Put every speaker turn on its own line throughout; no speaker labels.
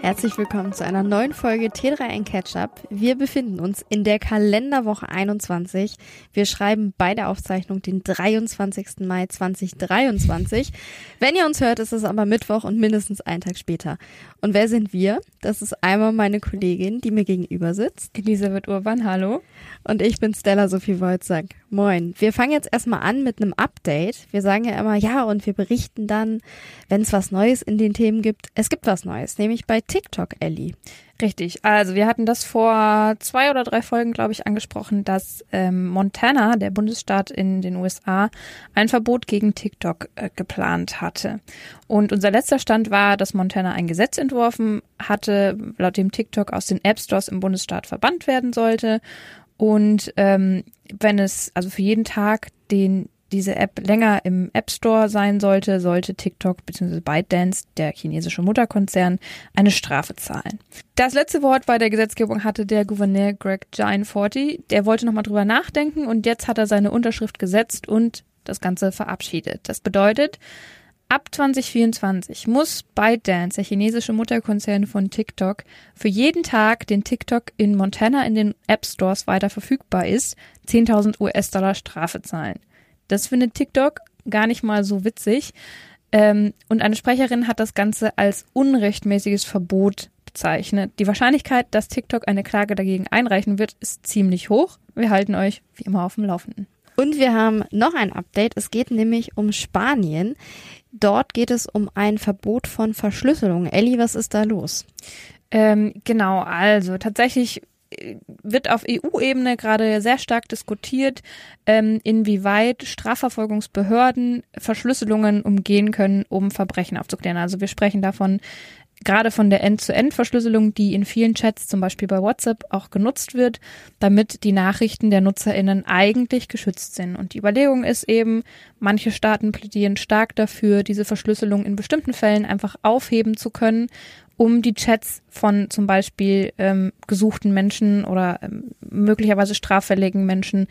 Herzlich willkommen zu einer neuen Folge T3N Catch-Up. Wir befinden uns in der Kalenderwoche 21. Wir schreiben bei der Aufzeichnung den 23. Mai 2023. Wenn ihr uns hört, ist es aber Mittwoch und mindestens einen Tag später. Und wer sind wir? Das ist einmal meine Kollegin, die mir gegenüber sitzt.
Elisabeth Urban, hallo.
Und ich bin Stella Sophie Wojcik. Moin. Wir fangen jetzt erstmal an mit einem Update. Wir sagen ja immer, ja, und wir berichten dann, wenn es was Neues in den Themen gibt. Es gibt was Neues, nämlich bei TikTok, Ellie.
Richtig, also wir hatten das vor 2 oder 3 Folgen, glaube ich, angesprochen, dass Montana, der Bundesstaat in den USA, ein Verbot gegen TikTok geplant hatte. Und unser letzter Stand war, dass Montana ein Gesetz entworfen hatte, laut dem TikTok aus den App Stores im Bundesstaat verbannt werden sollte. Und wenn es also für jeden Tag diese App länger im App Store sein sollte, sollte TikTok bzw. ByteDance, der chinesische Mutterkonzern, eine Strafe zahlen. Das letzte Wort bei der Gesetzgebung hatte der Gouverneur Greg Gianforte. Der wollte nochmal drüber nachdenken und jetzt hat er seine Unterschrift gesetzt und das Ganze verabschiedet. Das bedeutet, ab 2024 muss ByteDance, der chinesische Mutterkonzern von TikTok, für jeden Tag, den TikTok in Montana in den App Stores weiter verfügbar ist, 10.000 US-Dollar Strafe zahlen. Das findet TikTok gar nicht mal so witzig. Und eine Sprecherin hat das Ganze als unrechtmäßiges Verbot bezeichnet. Die Wahrscheinlichkeit, dass TikTok eine Klage dagegen einreichen wird, ist ziemlich hoch. Wir halten euch wie immer auf dem Laufenden.
Und wir haben noch ein Update. Es geht nämlich um Spanien. Dort geht es um ein Verbot von Verschlüsselung. Elli, was ist da los?
Genau, also tatsächlich wird auf EU-Ebene gerade sehr stark diskutiert, inwieweit Strafverfolgungsbehörden Verschlüsselungen umgehen können, um Verbrechen aufzuklären. Also wir sprechen davon gerade von der End-zu-End-Verschlüsselung, die in vielen Chats, zum Beispiel bei WhatsApp, auch genutzt wird, damit die Nachrichten der NutzerInnen eigentlich geschützt sind. Und die Überlegung ist eben, manche Staaten plädieren stark dafür, diese Verschlüsselung in bestimmten Fällen einfach aufheben zu können, um die Chats von zum Beispiel gesuchten Menschen oder möglicherweise straffälligen Menschen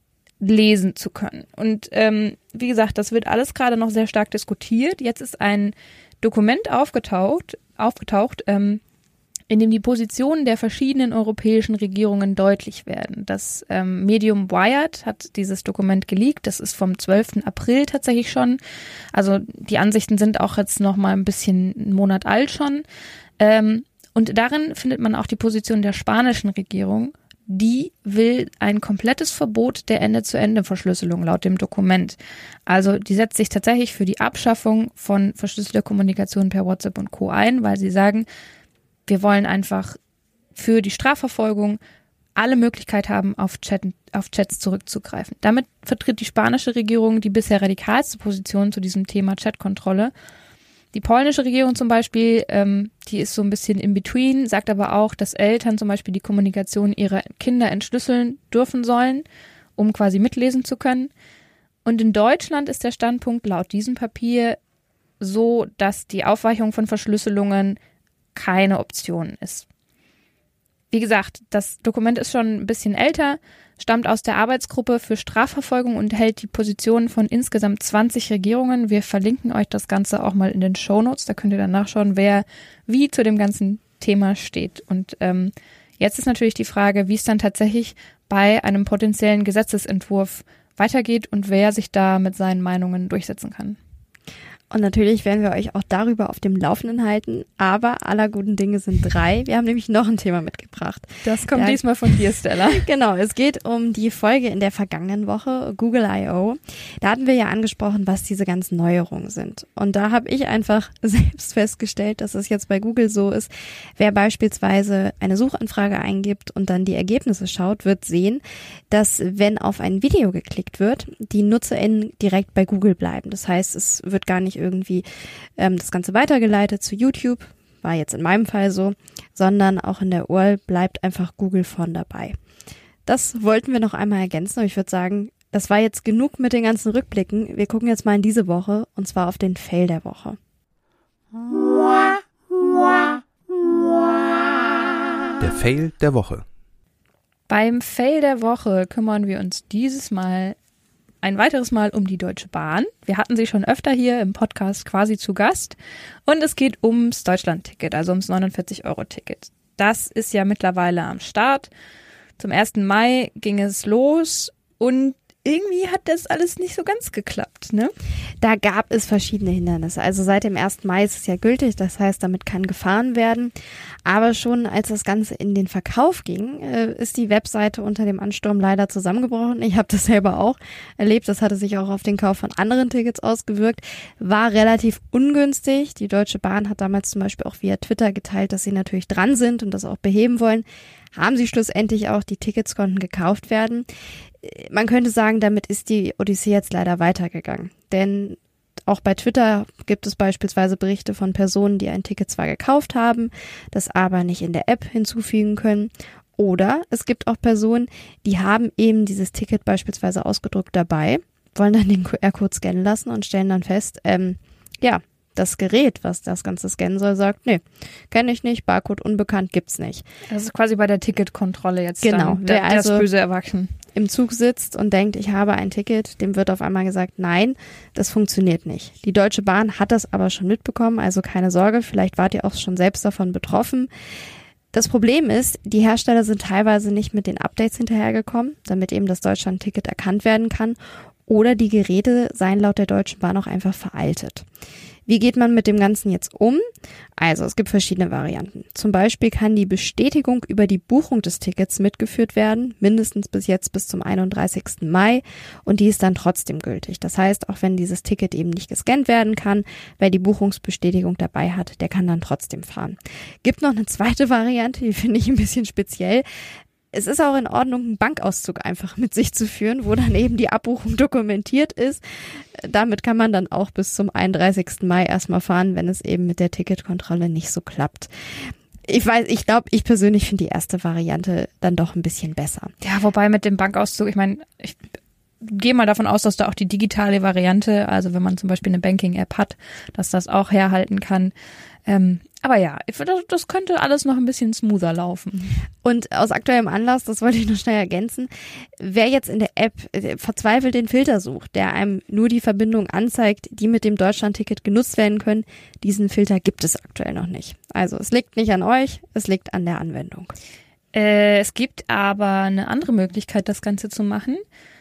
lesen zu können. Und wie gesagt, das wird alles gerade noch sehr stark diskutiert. Jetzt ist ein Dokument aufgetaucht, in dem die Positionen der verschiedenen europäischen Regierungen deutlich werden. Das Medium Wired hat dieses Dokument geleakt. Das ist vom 12. April tatsächlich schon. Also die Ansichten sind auch jetzt noch mal ein bisschen einen Monat alt schon. Und darin findet man auch die Position der spanischen Regierung. Die will ein komplettes Verbot der Ende-zu-Ende-Verschlüsselung laut dem Dokument. Also die setzt sich tatsächlich für die Abschaffung von verschlüsselter Kommunikation per WhatsApp und Co. ein, weil sie sagen, wir wollen einfach für die Strafverfolgung alle Möglichkeit haben, auf Chats zurückzugreifen. Damit vertritt die spanische Regierung die bisher radikalste Position zu diesem Thema Chatkontrolle. Die polnische Regierung zum Beispiel, die ist so ein bisschen in between, sagt aber auch, dass Eltern zum Beispiel die Kommunikation ihrer Kinder entschlüsseln dürfen sollen, um quasi mitlesen zu können. Und in Deutschland ist der Standpunkt laut diesem Papier so, dass die Aufweichung von Verschlüsselungen keine Option ist. Wie gesagt, das Dokument ist schon ein bisschen älter, stammt aus der Arbeitsgruppe für Strafverfolgung und hält die Positionen von insgesamt 20 Regierungen. Wir verlinken euch das Ganze auch mal in den Shownotes, da könnt ihr dann nachschauen, wer wie zu dem ganzen Thema steht. Und jetzt ist natürlich die Frage, wie es dann tatsächlich bei einem potenziellen Gesetzesentwurf weitergeht und wer sich da mit seinen Meinungen durchsetzen kann.
Und natürlich werden wir euch auch darüber auf dem Laufenden halten, aber aller guten Dinge sind 3. Wir haben nämlich noch ein Thema mitgebracht.
Das kommt diesmal von dir, Stella.
Genau, es geht um die Folge in der vergangenen Woche, Google I.O. Da hatten wir ja angesprochen, was diese ganzen Neuerungen sind. Und da habe ich einfach selbst festgestellt, dass es jetzt bei Google so ist, wer beispielsweise eine Suchanfrage eingibt und dann die Ergebnisse schaut, wird sehen, dass wenn auf ein Video geklickt wird, die NutzerInnen direkt bei Google bleiben. Das heißt, es wird gar nicht irgendwie das Ganze weitergeleitet zu YouTube, war jetzt in meinem Fall so, sondern auch in der URL bleibt einfach Google von dabei. Das wollten wir noch einmal ergänzen, aber ich würde sagen, das war jetzt genug mit den ganzen Rückblicken. Wir gucken jetzt mal in diese Woche und zwar auf den Fail der Woche.
Der Fail der Woche.
Beim Fail der Woche kümmern wir uns dieses Mal ein weiteres Mal um die Deutsche Bahn. Wir hatten sie schon öfter hier im Podcast quasi zu Gast. Und es geht ums Deutschland-Ticket, also ums 49-Euro-Ticket. Das ist ja mittlerweile am Start. Zum 1. Mai ging es los und irgendwie hat das alles nicht so ganz geklappt, ne?
Da gab es verschiedene Hindernisse. Also seit dem 1. Mai ist es ja gültig, das heißt, damit kann gefahren werden. Aber schon als das Ganze in den Verkauf ging, ist die Webseite unter dem Ansturm leider zusammengebrochen. Ich habe das selber auch erlebt. Das hatte sich auch auf den Kauf von anderen Tickets ausgewirkt. War relativ ungünstig. Die Deutsche Bahn hat damals zum Beispiel auch via Twitter geteilt, dass sie natürlich dran sind und das auch beheben wollen. Haben sie schlussendlich auch, die Tickets konnten gekauft werden. Man könnte sagen, damit ist die Odyssee jetzt leider weitergegangen. Denn auch bei Twitter gibt es beispielsweise Berichte von Personen, die ein Ticket zwar gekauft haben, das aber nicht in der App hinzufügen können. Oder es gibt auch Personen, die haben eben dieses Ticket beispielsweise ausgedruckt dabei, wollen dann den QR-Code scannen lassen und stellen dann fest, das Gerät, was das Ganze scannen soll, sagt, nee, kenne ich nicht, Barcode unbekannt, gibt's nicht.
Das ist quasi bei der Ticketkontrolle jetzt
genau,
dann das böse Erwachsen.
Im Zug sitzt und denkt, ich habe ein Ticket, dem wird auf einmal gesagt, nein, das funktioniert nicht. Die Deutsche Bahn hat das aber schon mitbekommen, also keine Sorge, vielleicht wart ihr auch schon selbst davon betroffen. Das Problem ist, die Hersteller sind teilweise nicht mit den Updates hinterhergekommen, damit eben das Deutschland-Ticket erkannt werden kann, oder die Geräte seien laut der Deutschen Bahn auch einfach veraltet. Wie geht man mit dem Ganzen jetzt um? Also es gibt verschiedene Varianten. Zum Beispiel kann die Bestätigung über die Buchung des Tickets mitgeführt werden, mindestens bis zum 31. Mai und die ist dann trotzdem gültig. Das heißt, auch wenn dieses Ticket eben nicht gescannt werden kann, wer die Buchungsbestätigung dabei hat, der kann dann trotzdem fahren. Gibt noch eine zweite Variante, die finde ich ein bisschen speziell. Es ist auch in Ordnung, einen Bankauszug einfach mit sich zu führen, wo dann eben die Abbuchung dokumentiert ist. Damit kann man dann auch bis zum 31. Mai erstmal fahren, wenn es eben mit der Ticketkontrolle nicht so klappt. Ich persönlich finde die erste Variante dann doch ein bisschen besser.
Ja, wobei mit dem Bankauszug, ich meine, ich gehe mal davon aus, dass da auch die digitale Variante, also wenn man zum Beispiel eine Banking-App hat, dass das auch herhalten kann. Aber ja, das könnte alles noch ein bisschen smoother laufen.
Und aus aktuellem Anlass, das wollte ich noch schnell ergänzen, wer jetzt in der App verzweifelt den Filter sucht, der einem nur die Verbindung anzeigt, die mit dem Deutschland-Ticket genutzt werden können, diesen Filter gibt es aktuell noch nicht. Also es liegt nicht an euch, es liegt an der Anwendung.
Es gibt aber eine andere Möglichkeit, das Ganze zu machen,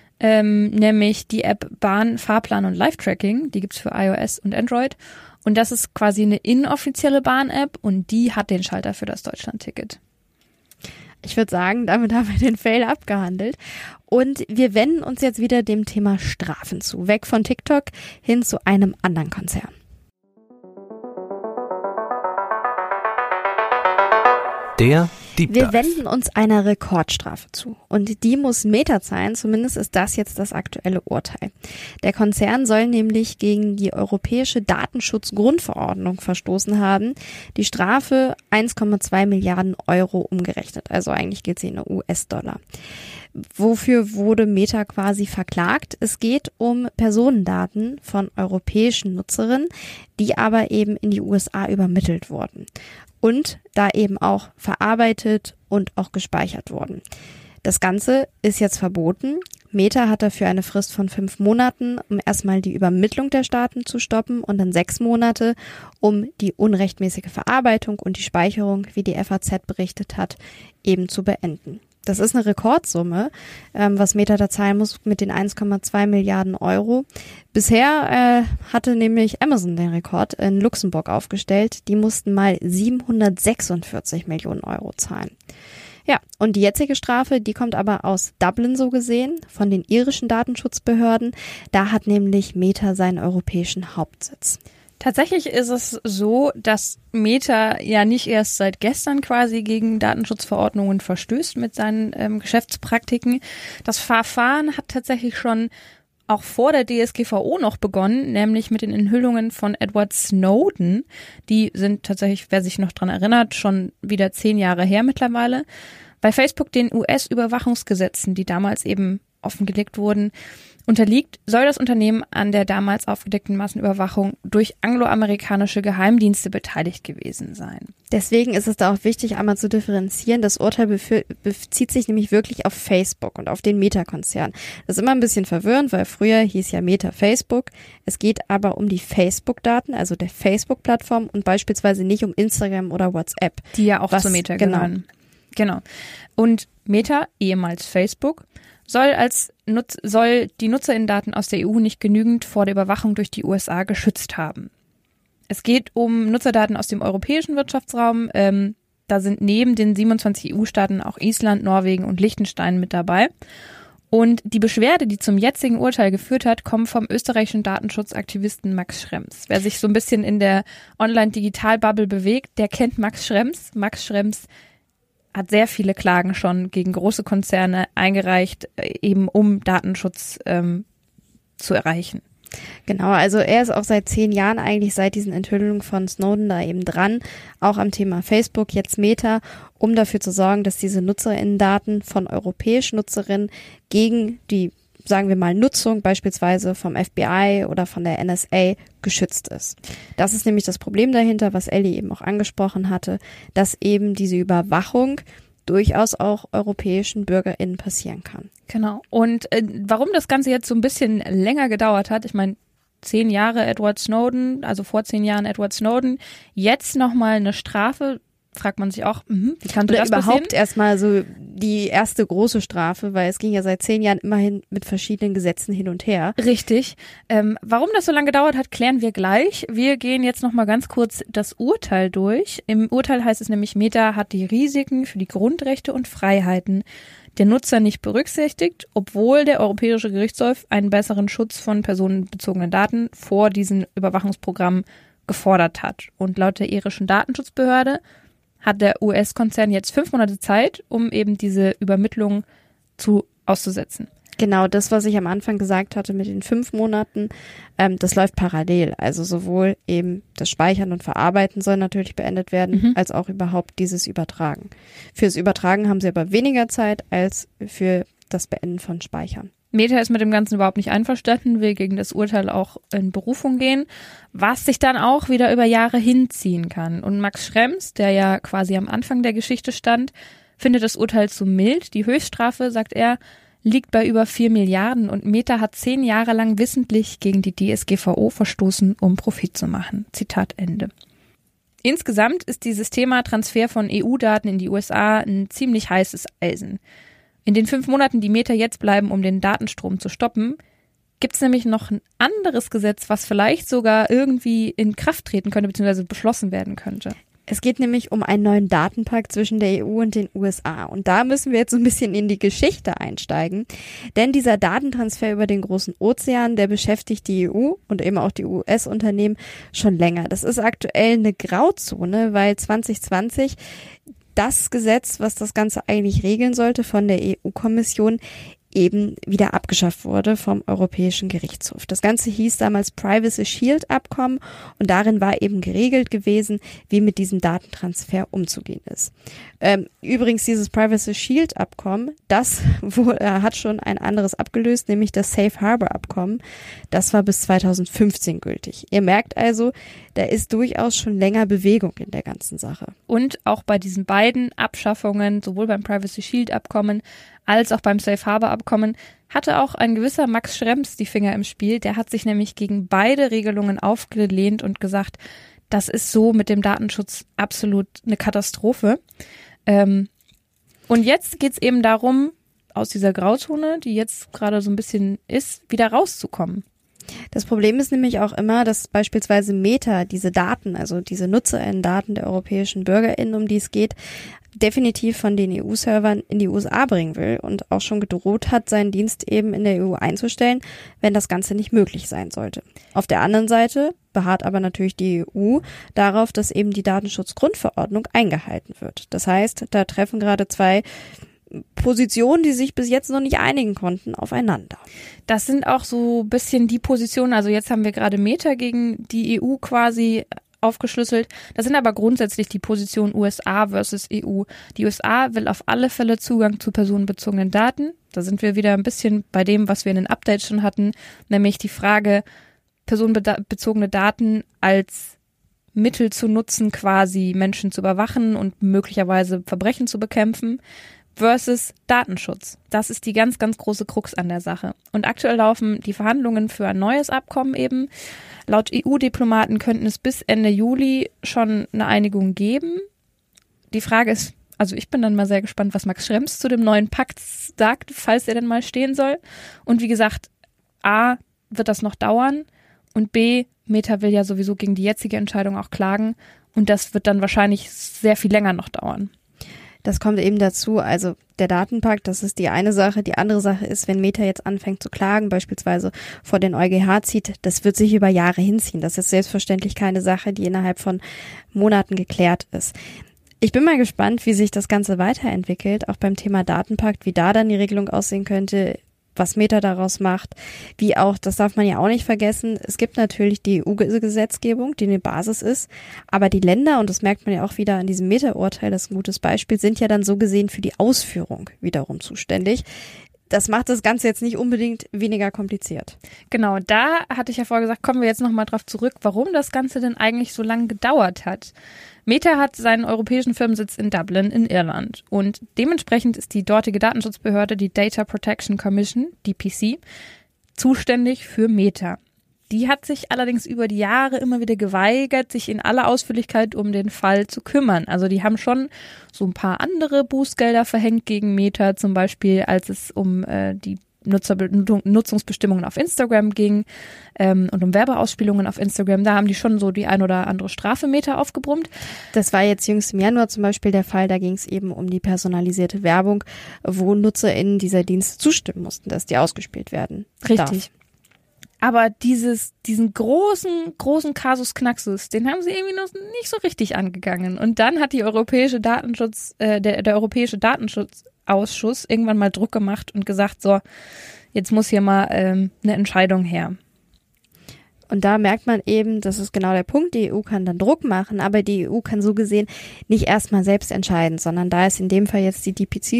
nämlich die App Bahn, Fahrplan und Live-Tracking, die gibt's für iOS und Android. Und das ist quasi eine inoffizielle Bahn-App und die hat den Schalter für das Deutschland-Ticket.
Ich würde sagen, damit haben wir den Fail abgehandelt. Und wir wenden uns jetzt wieder dem Thema Strafen zu. Weg von TikTok hin zu einem anderen Konzern. Wir wenden uns einer Rekordstrafe zu und die muss Meta zahlen, zumindest ist das jetzt das aktuelle Urteil. Der Konzern soll nämlich gegen die Europäische Datenschutzgrundverordnung verstoßen haben. Die Strafe 1,2 Milliarden Euro umgerechnet, also eigentlich geht sie in US-Dollar. Wofür wurde Meta quasi verklagt? Es geht um Personendaten von europäischen Nutzerinnen, die aber eben in die USA übermittelt wurden. Und da eben auch verarbeitet und auch gespeichert wurden. Das Ganze ist jetzt verboten. Meta hat dafür eine Frist von 5 Monaten, um erstmal die Übermittlung der Daten zu stoppen und dann 6 Monate, um die unrechtmäßige Verarbeitung und die Speicherung, wie die FAZ berichtet hat, eben zu beenden. Das ist eine Rekordsumme, was Meta da zahlen muss mit den 1,2 Milliarden Euro. Bisher hatte nämlich Amazon den Rekord in Luxemburg aufgestellt. Die mussten mal 746 Millionen Euro zahlen. Ja, und die jetzige Strafe, die kommt aber aus Dublin so gesehen, von den irischen Datenschutzbehörden. Da hat nämlich Meta seinen europäischen Hauptsitz.
Tatsächlich ist es so, dass Meta ja nicht erst seit gestern quasi gegen Datenschutzverordnungen verstößt mit seinen Geschäftspraktiken. Das Verfahren hat tatsächlich schon auch vor der DSGVO noch begonnen, nämlich mit den Enthüllungen von Edward Snowden. Die sind tatsächlich, wer sich noch dran erinnert, schon wieder 10 Jahre her mittlerweile. Bei Facebook den US-Überwachungsgesetzen, die damals eben offengelegt wurden. soll das Unternehmen an der damals aufgedeckten Massenüberwachung durch angloamerikanische Geheimdienste beteiligt gewesen sein.
Deswegen ist es da auch wichtig, einmal zu differenzieren. Das Urteil bezieht sich nämlich wirklich auf Facebook und auf den Meta-Konzern. Das ist immer ein bisschen verwirrend, weil früher hieß ja Meta Facebook. Es geht aber um die Facebook-Daten, also der Facebook-Plattform und beispielsweise nicht um Instagram oder WhatsApp.
Die ja auch zu Meta gehören. Genau. Und Meta, ehemals Facebook, soll die NutzerInnen-Daten aus der EU nicht genügend vor der Überwachung durch die USA geschützt haben. Es geht um Nutzerdaten aus dem europäischen Wirtschaftsraum. Da sind neben den 27 EU-Staaten auch Island, Norwegen und Liechtenstein mit dabei. Und die Beschwerde, die zum jetzigen Urteil geführt hat, kommt vom österreichischen Datenschutzaktivisten Max Schrems. Wer sich so ein bisschen in der Online-Digital-Bubble bewegt, der kennt Max Schrems. Max Schrems hat sehr viele Klagen schon gegen große Konzerne eingereicht, eben um Datenschutz zu erreichen.
Genau, also er ist auch seit 10 Jahren eigentlich seit diesen Enthüllungen von Snowden da eben dran, auch am Thema Facebook, jetzt Meta, um dafür zu sorgen, dass diese NutzerInnen-Daten von europäischen Nutzerinnen gegen die, sagen wir mal, Nutzung beispielsweise vom FBI oder von der NSA geschützt ist. Das ist nämlich das Problem dahinter, was Ellie eben auch angesprochen hatte, dass eben diese Überwachung durchaus auch europäischen BürgerInnen passieren kann.
Genau. Und warum das Ganze jetzt so ein bisschen länger gedauert hat, ich meine, 10 Jahre Edward Snowden, also vor 10 Jahren Edward Snowden, jetzt nochmal eine Strafe, fragt man sich auch, wie kann das
überhaupt erstmal so die erste große Strafe, weil es ging ja seit 10 Jahren immerhin mit verschiedenen Gesetzen hin und her.
Richtig. Warum das so lange gedauert hat, klären wir gleich. Wir gehen jetzt nochmal ganz kurz das Urteil durch. Im Urteil heißt es nämlich, Meta hat die Risiken für die Grundrechte und Freiheiten der Nutzer nicht berücksichtigt, obwohl der Europäische Gerichtshof einen besseren Schutz von personenbezogenen Daten vor diesem Überwachungsprogramm gefordert hat. Und laut der irischen Datenschutzbehörde hat der US-Konzern jetzt 5 Monate Zeit, um eben diese Übermittlung auszusetzen.
Genau, das, was ich am Anfang gesagt hatte mit den 5 Monaten, das läuft parallel. Also sowohl eben das Speichern und Verarbeiten soll natürlich beendet werden, als auch überhaupt dieses Übertragen. Fürs Übertragen haben sie aber weniger Zeit als für das Beenden von Speichern.
Meta ist mit dem Ganzen überhaupt nicht einverstanden, will gegen das Urteil auch in Berufung gehen, was sich dann auch wieder über Jahre hinziehen kann. Und Max Schrems, der ja quasi am Anfang der Geschichte stand, findet das Urteil zu mild. Die Höchststrafe, sagt er, liegt bei über 4 Milliarden und Meta hat 10 Jahre lang wissentlich gegen die DSGVO verstoßen, um Profit zu machen. Zitat Ende. Insgesamt ist dieses Thema Transfer von EU-Daten in die USA ein ziemlich heißes Eisen. In den 5 Monaten, die Meta jetzt bleiben, um den Datenstrom zu stoppen, gibt es nämlich noch ein anderes Gesetz, was vielleicht sogar irgendwie in Kraft treten könnte, beziehungsweise beschlossen werden könnte.
Es geht nämlich um einen neuen Datenpakt zwischen der EU und den USA. Und da müssen wir jetzt so ein bisschen in die Geschichte einsteigen. Denn dieser Datentransfer über den großen Ozean, der beschäftigt die EU und eben auch die US-Unternehmen schon länger. Das ist aktuell eine Grauzone, weil 2020 das Gesetz, was das Ganze eigentlich regeln sollte, von der EU-Kommission eben wieder abgeschafft wurde vom Europäischen Gerichtshof. Das Ganze hieß damals Privacy Shield Abkommen und darin war eben geregelt gewesen, wie mit diesem Datentransfer umzugehen ist. Übrigens dieses Privacy Shield Abkommen, das hat schon ein anderes abgelöst, nämlich das Safe Harbor Abkommen. Das war bis 2015 gültig. Ihr merkt also, da ist durchaus schon länger Bewegung in der ganzen Sache.
Und auch bei diesen beiden Abschaffungen, sowohl beim Privacy Shield Abkommen als auch beim Safe Harbor Abkommen, hatte auch ein gewisser Max Schrems die Finger im Spiel. Der hat sich nämlich gegen beide Regelungen aufgelehnt und gesagt, das ist so mit dem Datenschutz absolut eine Katastrophe. Und jetzt geht's eben darum, aus dieser Grauzone, die jetzt gerade so ein bisschen ist, wieder rauszukommen.
Das Problem ist nämlich auch immer, dass beispielsweise Meta diese Daten, also diese NutzerInnen-Daten der europäischen BürgerInnen, um die es geht, definitiv von den EU-Servern in die USA bringen will und auch schon gedroht hat, seinen Dienst eben in der EU einzustellen, wenn das Ganze nicht möglich sein sollte. Auf der anderen Seite beharrt aber natürlich die EU darauf, dass eben die Datenschutzgrundverordnung eingehalten wird. Das heißt, da treffen gerade 2 Positionen, die sich bis jetzt noch nicht einigen konnten, aufeinander.
Das sind auch so ein bisschen die Positionen, also jetzt haben wir gerade Meta gegen die EU quasi aufgeschlüsselt. Das sind aber grundsätzlich die Positionen USA versus EU. Die USA will auf alle Fälle Zugang zu personenbezogenen Daten. Da sind wir wieder ein bisschen bei dem, was wir in den Updates schon hatten, nämlich die Frage, personenbezogene Daten als Mittel zu nutzen, quasi Menschen zu überwachen und möglicherweise Verbrechen zu bekämpfen, versus Datenschutz. Das ist die ganz, ganz große Krux an der Sache. Und aktuell laufen die Verhandlungen für ein neues Abkommen eben. Laut EU-Diplomaten könnten es bis Ende Juli schon eine Einigung geben. Die Frage ist, also ich bin dann mal sehr gespannt, was Max Schrems zu dem neuen Pakt sagt, falls er denn mal stehen soll. Und wie gesagt, A, wird das noch dauern und B, Meta will ja sowieso gegen die jetzige Entscheidung auch klagen und das wird dann wahrscheinlich sehr viel länger noch dauern.
Das kommt eben dazu, also der Datenpakt, das ist die eine Sache. Die andere Sache ist, wenn Meta jetzt anfängt zu klagen, beispielsweise vor den EuGH zieht, das wird sich über Jahre hinziehen. Das ist selbstverständlich keine Sache, die innerhalb von Monaten geklärt ist. Ich bin mal gespannt, wie sich das Ganze weiterentwickelt, auch beim Thema Datenpakt, wie da dann die Regelung aussehen könnte, was Meta daraus macht, wie auch, das darf man ja auch nicht vergessen, es gibt natürlich die EU-Gesetzgebung, die eine Basis ist, aber die Länder, und das merkt man ja auch wieder an diesem Meta-Urteil, das ist ein gutes Beispiel, sind ja dann so gesehen für die Ausführung wiederum zuständig. Das macht das Ganze jetzt nicht unbedingt weniger kompliziert.
Genau, da hatte ich ja vorher gesagt, kommen wir jetzt nochmal drauf zurück, warum das Ganze denn eigentlich so lange gedauert hat. Meta hat seinen europäischen Firmensitz in Dublin in Irland und dementsprechend ist die dortige Datenschutzbehörde, die Data Protection Commission, DPC, zuständig für Meta. Die hat sich allerdings über die Jahre immer wieder geweigert, sich in aller Ausführlichkeit um den Fall zu kümmern. Also die haben schon so ein paar andere Bußgelder verhängt gegen Meta, zum Beispiel als es um die Nutzungsbestimmungen auf Instagram ging und um Werbeausspielungen auf Instagram. Da haben die schon so die ein oder andere Strafe Meta aufgebrummt.
Das war jetzt jüngst im Januar zum Beispiel der Fall. Da ging es eben um die personalisierte Werbung, wo NutzerInnen dieser Dienste zustimmen mussten, dass die ausgespielt werden.
Richtig. Aber diesen großen Kasus Knaxus, den haben sie irgendwie noch nicht so richtig angegangen. Und dann hat die europäische der Europäische Datenschutzausschuss irgendwann mal Druck gemacht und gesagt, so, jetzt muss hier mal eine Entscheidung her.
Und da merkt man eben, das ist genau der Punkt, die EU kann dann Druck machen, aber die EU kann so gesehen nicht erstmal selbst entscheiden, sondern da ist in dem Fall jetzt die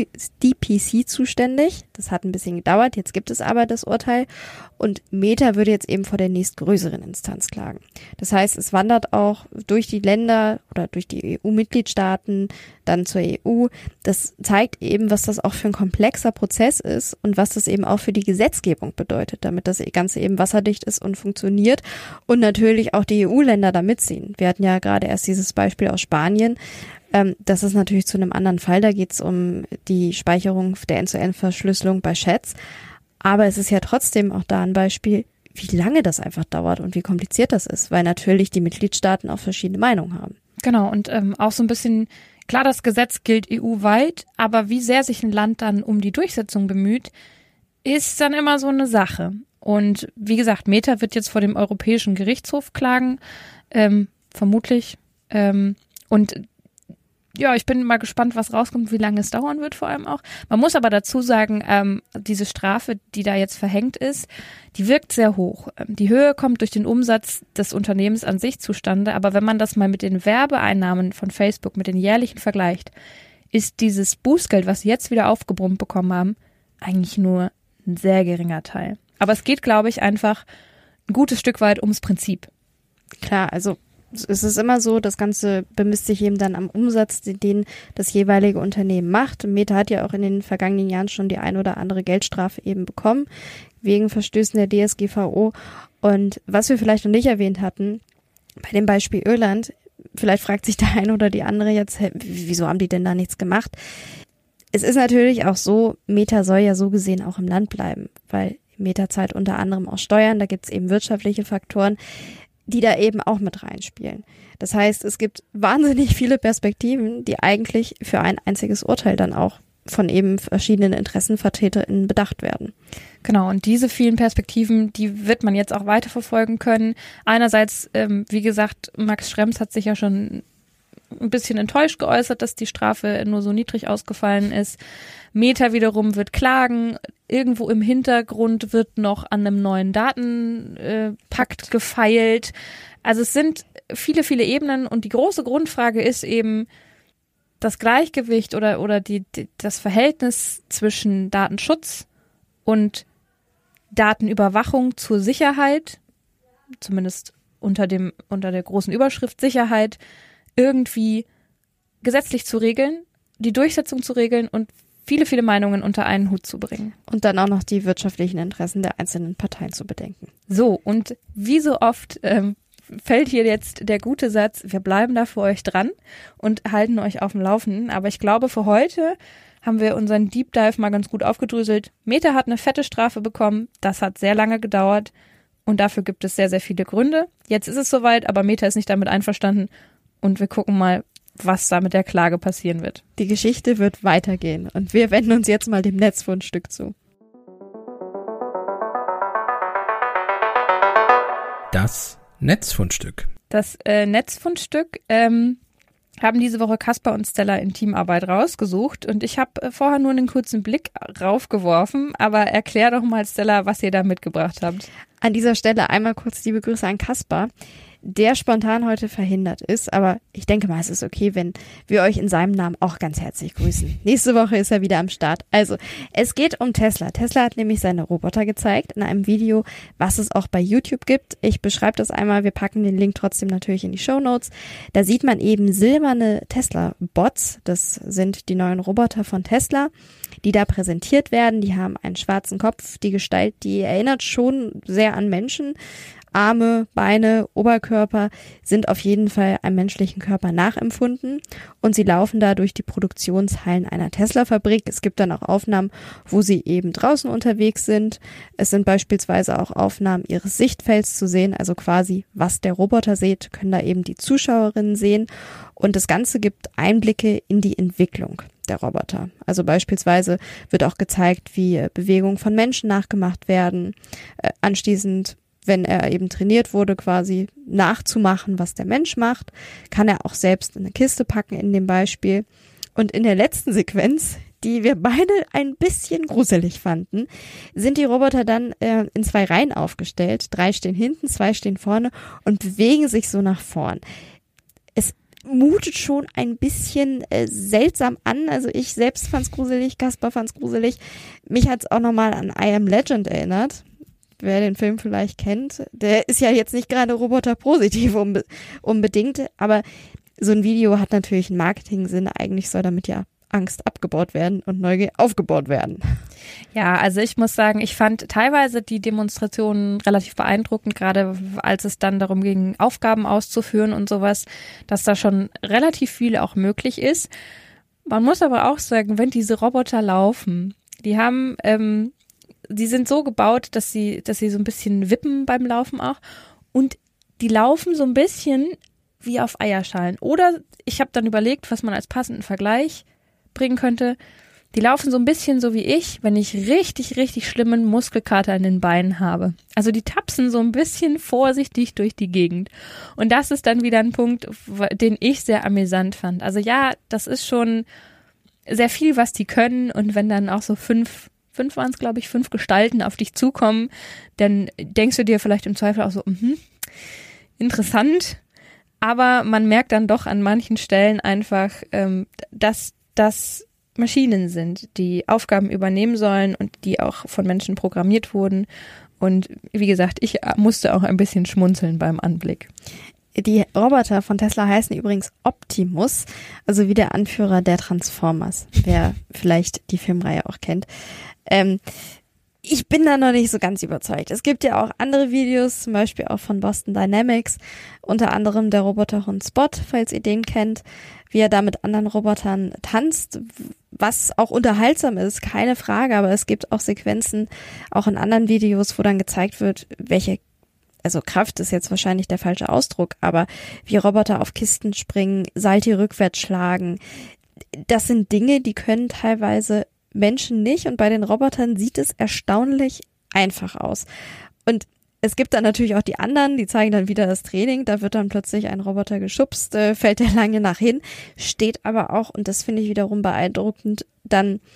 DPC zuständig. Das hat ein bisschen gedauert, jetzt gibt es aber das Urteil und Meta würde jetzt eben vor der nächstgrößeren Instanz klagen. Das heißt, es wandert auch durch die Länder oder durch die EU-Mitgliedstaaten dann zur EU. Das zeigt eben, was das auch für ein komplexer Prozess ist und was das eben auch für die Gesetzgebung bedeutet, damit das Ganze eben wasserdicht ist und funktioniert. Und natürlich auch die EU-Länder da mitziehen. Wir hatten ja gerade erst dieses Beispiel aus Spanien. Das ist natürlich zu einem anderen Fall. Da geht es um die Speicherung der End-zu-End-Verschlüsselung bei Chats. Aber es ist ja trotzdem auch da ein Beispiel, wie lange das einfach dauert und wie kompliziert das ist, weil natürlich die Mitgliedstaaten auch verschiedene Meinungen haben.
Genau, und auch so ein bisschen, klar, das Gesetz gilt EU-weit, aber wie sehr sich ein Land dann um die Durchsetzung bemüht, ist dann immer so eine Sache. Und wie gesagt, Meta wird jetzt vor dem Europäischen Gerichtshof klagen, vermutlich. Und ja, ich bin mal gespannt, was rauskommt, wie lange es dauern wird vor allem auch. Man muss aber dazu sagen, diese Strafe, die da jetzt verhängt ist, die wirkt sehr hoch. Die Höhe kommt durch den Umsatz des Unternehmens an sich zustande, aber wenn man das mal mit den Werbeeinnahmen von Facebook, mit den jährlichen vergleicht, ist dieses Bußgeld, was sie jetzt wieder aufgebrummt bekommen haben, eigentlich nur ein sehr geringer Teil. Aber es geht, glaube ich, einfach ein gutes Stück weit ums Prinzip.
Klar, also es ist immer so, das Ganze bemisst sich eben dann am Umsatz, den das jeweilige Unternehmen macht. Meta hat ja auch in den vergangenen Jahren schon die ein oder andere Geldstrafe eben bekommen, wegen Verstößen der DSGVO. Und was wir vielleicht noch nicht erwähnt hatten, bei dem Beispiel Irland, vielleicht fragt sich der eine oder die andere jetzt, wieso haben die denn da nichts gemacht? Es ist natürlich auch so, Meta soll ja so gesehen auch im Land bleiben, weil Meta zahlt unter anderem auch Steuern, da gibt es eben wirtschaftliche Faktoren, die da eben auch mit reinspielen. Das heißt, es gibt wahnsinnig viele Perspektiven, die eigentlich für ein einziges Urteil dann auch von eben verschiedenen InteressenvertreterInnen bedacht werden.
Genau, und diese vielen Perspektiven, die wird man jetzt auch weiterverfolgen können. Einerseits, wie gesagt, Max Schrems hat sich ja schon ein bisschen enttäuscht geäußert, dass die Strafe nur so niedrig ausgefallen ist. Meta wiederum wird klagen. Irgendwo im Hintergrund wird noch an einem neuen Datenpakt gefeilt. Also es sind viele, viele Ebenen und die große Grundfrage ist eben das Gleichgewicht oder das Verhältnis zwischen Datenschutz und Datenüberwachung zur Sicherheit, zumindest unter der großen Überschrift Sicherheit, irgendwie gesetzlich zu regeln, die Durchsetzung zu regeln und viele, viele Meinungen unter einen Hut zu bringen.
Und dann auch noch die wirtschaftlichen Interessen der einzelnen Parteien zu bedenken.
So, und wie so oft fällt hier jetzt der gute Satz, wir bleiben da für euch dran und halten euch auf dem Laufenden. Aber ich glaube, für heute haben wir unseren Deep Dive mal ganz gut aufgedröselt. Meta hat eine fette Strafe bekommen. Das hat sehr lange gedauert und dafür gibt es sehr, sehr viele Gründe. Jetzt ist es soweit, aber Meta ist nicht damit einverstanden und wir gucken mal, was da mit der Klage passieren wird.
Die Geschichte wird weitergehen und wir wenden uns jetzt mal dem Netzfundstück zu.
Das Netzfundstück.
Das Netzfundstück haben diese Woche Kasper und Stella in Teamarbeit rausgesucht und ich habe vorher nur einen kurzen Blick raufgeworfen, aber erklär doch mal, Stella, was ihr da mitgebracht habt.
An dieser Stelle einmal kurz liebe Grüße an Kasper, der spontan heute verhindert ist, aber ich denke mal, es ist okay, wenn wir euch in seinem Namen auch ganz herzlich grüßen. Nächste Woche ist er wieder am Start. Also, es geht um Tesla. Tesla hat nämlich seine Roboter gezeigt in einem Video, was es auch bei YouTube gibt. Ich beschreibe das einmal, wir packen den Link trotzdem natürlich in die Shownotes. Da sieht man eben silberne Tesla-Bots, das sind die neuen Roboter von Tesla, die da präsentiert werden. Die haben einen schwarzen Kopf, die Gestalt, die erinnert schon sehr an Menschen. Arme, Beine, Oberkörper sind auf jeden Fall einem menschlichen Körper nachempfunden und sie laufen da durch die Produktionshallen einer Tesla-Fabrik. Es gibt dann auch Aufnahmen, wo sie eben draußen unterwegs sind. Es sind beispielsweise auch Aufnahmen ihres Sichtfelds zu sehen, also quasi was der Roboter sieht, können da eben die Zuschauerinnen sehen und das Ganze gibt Einblicke in die Entwicklung der Roboter. Also beispielsweise wird auch gezeigt, wie Bewegungen von Menschen nachgemacht werden, anschließend wenn er eben trainiert wurde, quasi nachzumachen, was der Mensch macht, kann er auch selbst in eine Kiste packen in dem Beispiel. Und in der letzten Sequenz, die wir beide ein bisschen gruselig fanden, sind die Roboter dann in 2 Reihen aufgestellt. 3 stehen hinten, 2 stehen vorne und bewegen sich so nach vorn. Es mutet schon ein bisschen seltsam an. Also ich selbst fand's gruselig, Kasper fand's gruselig. Mich hat's auch nochmal an I Am Legend erinnert. Wer den Film vielleicht kennt, der ist ja jetzt nicht gerade roboterpositiv unbedingt, aber so ein Video hat natürlich einen Marketing-Sinn. Eigentlich soll damit ja Angst abgebaut werden und Neugier aufgebaut werden.
Ja, also ich muss sagen, ich fand teilweise die Demonstrationen relativ beeindruckend, gerade als es dann darum ging, Aufgaben auszuführen und sowas, dass da schon relativ viel auch möglich ist. Man muss aber auch sagen, wenn diese Roboter laufen, die sind so gebaut, dass sie so ein bisschen wippen beim Laufen auch und die laufen so ein bisschen wie auf Eierschalen. Oder ich habe dann überlegt, was man als passenden Vergleich bringen könnte. Die laufen so ein bisschen so wie ich, wenn ich richtig, richtig schlimmen Muskelkater in den Beinen habe. Also die tapsen so ein bisschen vorsichtig durch die Gegend. Und das ist dann wieder ein Punkt, den ich sehr amüsant fand. Also ja, das ist schon sehr viel, was die können und wenn dann auch so 5 waren es, glaube ich, 5 Gestalten auf dich zukommen, dann denkst du dir vielleicht im Zweifel auch so, interessant, aber man merkt dann doch an manchen Stellen einfach, dass das Maschinen sind, die Aufgaben übernehmen sollen und die auch von Menschen programmiert wurden und wie gesagt, ich musste auch ein bisschen schmunzeln beim Anblick.
Die Roboter von Tesla heißen übrigens Optimus, also wie der Anführer der Transformers, wer vielleicht die Filmreihe auch kennt. Ich bin da noch nicht so ganz überzeugt. Es gibt ja auch andere Videos, zum Beispiel auch von Boston Dynamics, unter anderem der Roboterhund Spot, falls ihr den kennt, wie er da mit anderen Robotern tanzt, was auch unterhaltsam ist, keine Frage, aber es gibt auch Sequenzen, auch in anderen Videos, wo dann gezeigt wird, also Kraft ist jetzt wahrscheinlich der falsche Ausdruck, aber wie Roboter auf Kisten springen, Salti rückwärts schlagen, das sind Dinge, die können teilweise Menschen nicht und bei den Robotern sieht es erstaunlich einfach aus. Und es gibt dann natürlich auch die anderen, die zeigen dann wieder das Training, da wird dann plötzlich ein Roboter geschubst, fällt der lange nach hin, steht aber auch, und das finde ich wiederum beeindruckend, dann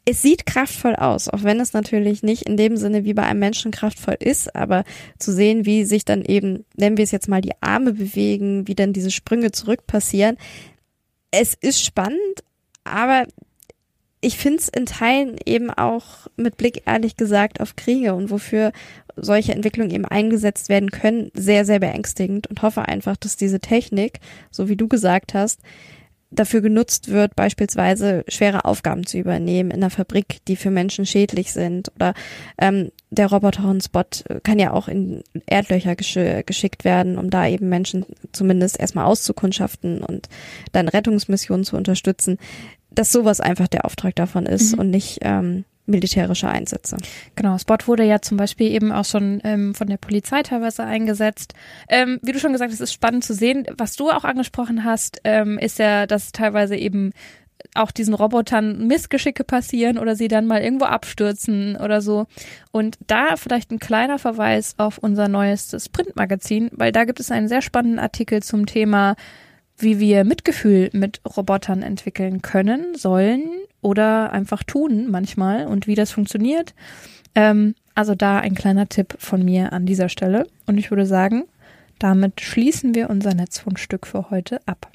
Es sieht kraftvoll aus, auch wenn es natürlich nicht in dem Sinne wie bei einem Menschen kraftvoll ist, aber zu sehen, wie sich dann eben, nennen wir es jetzt mal, die Arme bewegen, wie dann diese Sprünge zurück passieren. Es ist spannend, aber ich finde es in Teilen eben auch mit Blick, ehrlich gesagt, auf Kriege und wofür solche Entwicklungen eben eingesetzt werden können, sehr, sehr beängstigend und hoffe einfach, dass diese Technik, so wie du gesagt hast, dafür genutzt wird, beispielsweise schwere Aufgaben zu übernehmen in einer Fabrik, die für Menschen schädlich sind. Oder der Roboter-Spot kann ja auch in Erdlöcher geschickt werden, um da eben Menschen zumindest erstmal auszukundschaften und dann Rettungsmissionen zu unterstützen. Dass sowas einfach der Auftrag davon ist und nicht militärische Einsätze.
Genau, Spot wurde ja zum Beispiel eben auch schon von der Polizei teilweise eingesetzt. Wie du schon gesagt hast, ist spannend zu sehen. Was du auch angesprochen hast, ist ja, dass teilweise eben auch diesen Robotern Missgeschicke passieren oder sie dann mal irgendwo abstürzen oder so. Und da vielleicht ein kleiner Verweis auf unser neuestes Printmagazin, weil da gibt es einen sehr spannenden Artikel zum Thema, wie wir Mitgefühl mit Robotern entwickeln können, sollen oder einfach tun manchmal und wie das funktioniert. Also da ein kleiner Tipp von mir an dieser Stelle. Und ich würde sagen, damit schließen wir unser Netzfundstück für heute ab.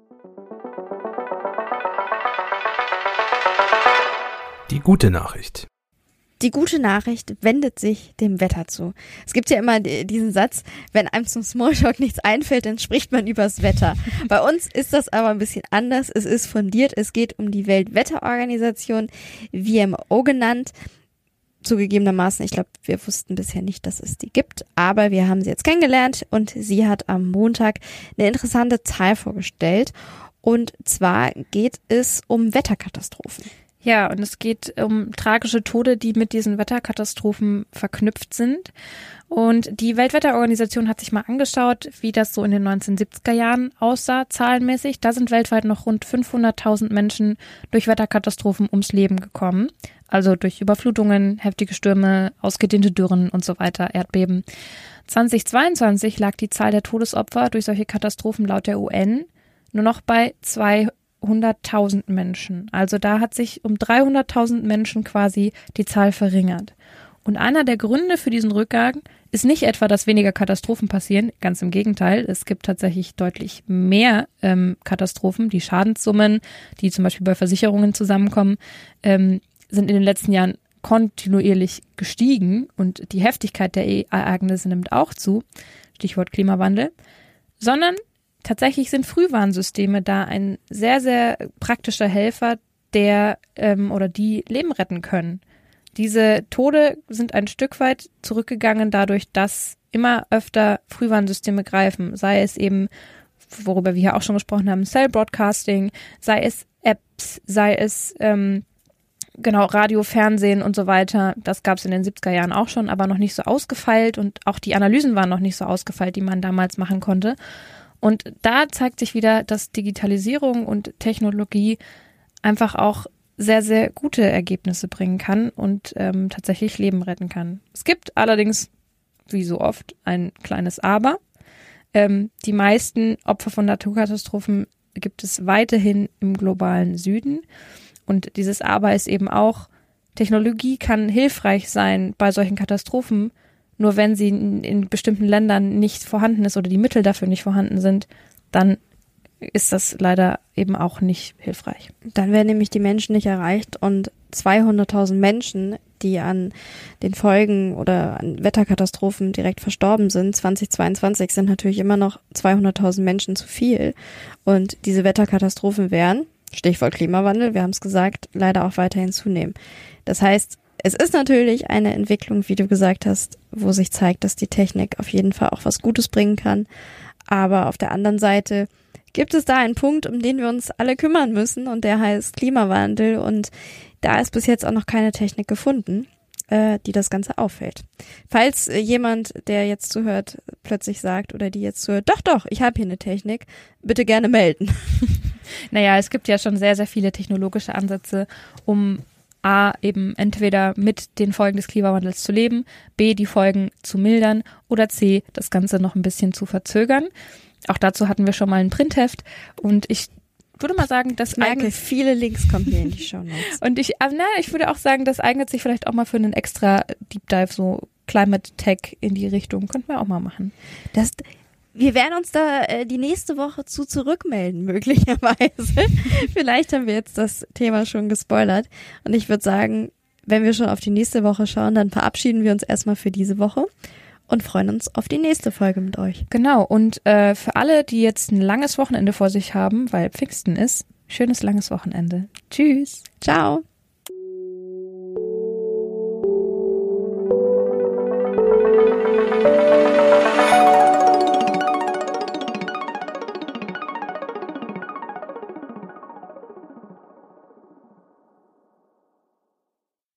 Die gute Nachricht.
Die gute Nachricht wendet sich dem Wetter zu. Es gibt ja immer diesen Satz, wenn einem zum Smalltalk nichts einfällt, dann spricht man übers Wetter. Bei uns ist das aber ein bisschen anders. Es ist fundiert. Es geht um die Weltwetterorganisation, WMO genannt. Zugegebenermaßen, ich glaube, wir wussten bisher nicht, dass es die gibt, aber wir haben sie jetzt kennengelernt und sie hat am Montag eine interessante Zahl vorgestellt. Und zwar geht es um Wetterkatastrophen.
Ja, und es geht um tragische Tode, die mit diesen Wetterkatastrophen verknüpft sind. Und die Weltwetterorganisation hat sich mal angeschaut, wie das so in den 1970er Jahren aussah, zahlenmäßig. Da sind weltweit noch rund 500.000 Menschen durch Wetterkatastrophen ums Leben gekommen. Also durch Überflutungen, heftige Stürme, ausgedehnte Dürren und so weiter, Erdbeben. 2022 lag die Zahl der Todesopfer durch solche Katastrophen laut der UN nur noch bei 200.000 Menschen. Also da hat sich um 300.000 Menschen quasi die Zahl verringert. Und einer der Gründe für diesen Rückgang ist nicht etwa, dass weniger Katastrophen passieren, ganz im Gegenteil. Es gibt tatsächlich deutlich mehr Katastrophen. Die Schadenssummen, die zum Beispiel bei Versicherungen zusammenkommen, sind in den letzten Jahren kontinuierlich gestiegen und die Heftigkeit der Ereignisse nimmt auch zu. Stichwort Klimawandel. Sondern tatsächlich sind Frühwarnsysteme da ein sehr, sehr praktischer Helfer, der oder die Leben retten können. Diese Tode sind ein Stück weit zurückgegangen dadurch, dass immer öfter Frühwarnsysteme greifen. Sei es eben, worüber wir hier auch schon gesprochen haben, Cell Broadcasting, sei es Apps, sei es Radio, Fernsehen und so weiter. Das gab es in den 70er Jahren auch schon, aber noch nicht so ausgefeilt und auch die Analysen waren noch nicht so ausgefeilt, die man damals machen konnte. Und da zeigt sich wieder, dass Digitalisierung und Technologie einfach auch sehr, sehr gute Ergebnisse bringen kann und tatsächlich Leben retten kann. Es gibt allerdings, wie so oft, ein kleines Aber. Die meisten Opfer von Naturkatastrophen gibt es weiterhin im globalen Süden. Und dieses Aber ist eben auch, Technologie kann hilfreich sein bei solchen Katastrophen, nur wenn sie in bestimmten Ländern nicht vorhanden ist oder die Mittel dafür nicht vorhanden sind, dann ist das leider eben auch nicht hilfreich.
Dann werden nämlich die Menschen nicht erreicht und 200.000 Menschen, die an den Folgen oder an Wetterkatastrophen direkt verstorben sind, 2022 sind natürlich immer noch 200.000 Menschen zu viel. Und diese Wetterkatastrophen werden, Stichwort Klimawandel, wir haben es gesagt, leider auch weiterhin zunehmen. Das heißt, es ist natürlich eine Entwicklung, wie du gesagt hast, wo sich zeigt, dass die Technik auf jeden Fall auch was Gutes bringen kann. Aber auf der anderen Seite gibt es da einen Punkt, um den wir uns alle kümmern müssen und der heißt Klimawandel und da ist bis jetzt auch noch keine Technik gefunden, die das Ganze auffällt. Falls jemand, der jetzt zuhört, plötzlich sagt oder die jetzt zuhört, doch, ich habe hier eine Technik, bitte gerne melden.
Naja, es gibt ja schon sehr, sehr viele technologische Ansätze, um A, eben entweder mit den Folgen des Klimawandels zu leben, B, die Folgen zu mildern oder C, das Ganze noch ein bisschen zu verzögern. Auch dazu hatten wir schon mal ein Printheft und ich würde mal sagen, das
Ich merke, viele Links kommen hier in die Shownotes.
Und ich würde auch sagen, das eignet sich vielleicht auch mal für einen extra Deep Dive, so Climate Tech in die Richtung. Könnten wir auch mal machen.
Wir werden uns da die nächste Woche zurückmelden, möglicherweise. Vielleicht haben wir jetzt das Thema schon gespoilert. Und ich würde sagen, wenn wir schon auf die nächste Woche schauen, dann verabschieden wir uns erstmal für diese Woche und freuen uns auf die nächste Folge mit euch.
Genau. Und für alle, die jetzt ein langes Wochenende vor sich haben, weil Pfingsten ist, schönes langes Wochenende. Tschüss.
Ciao.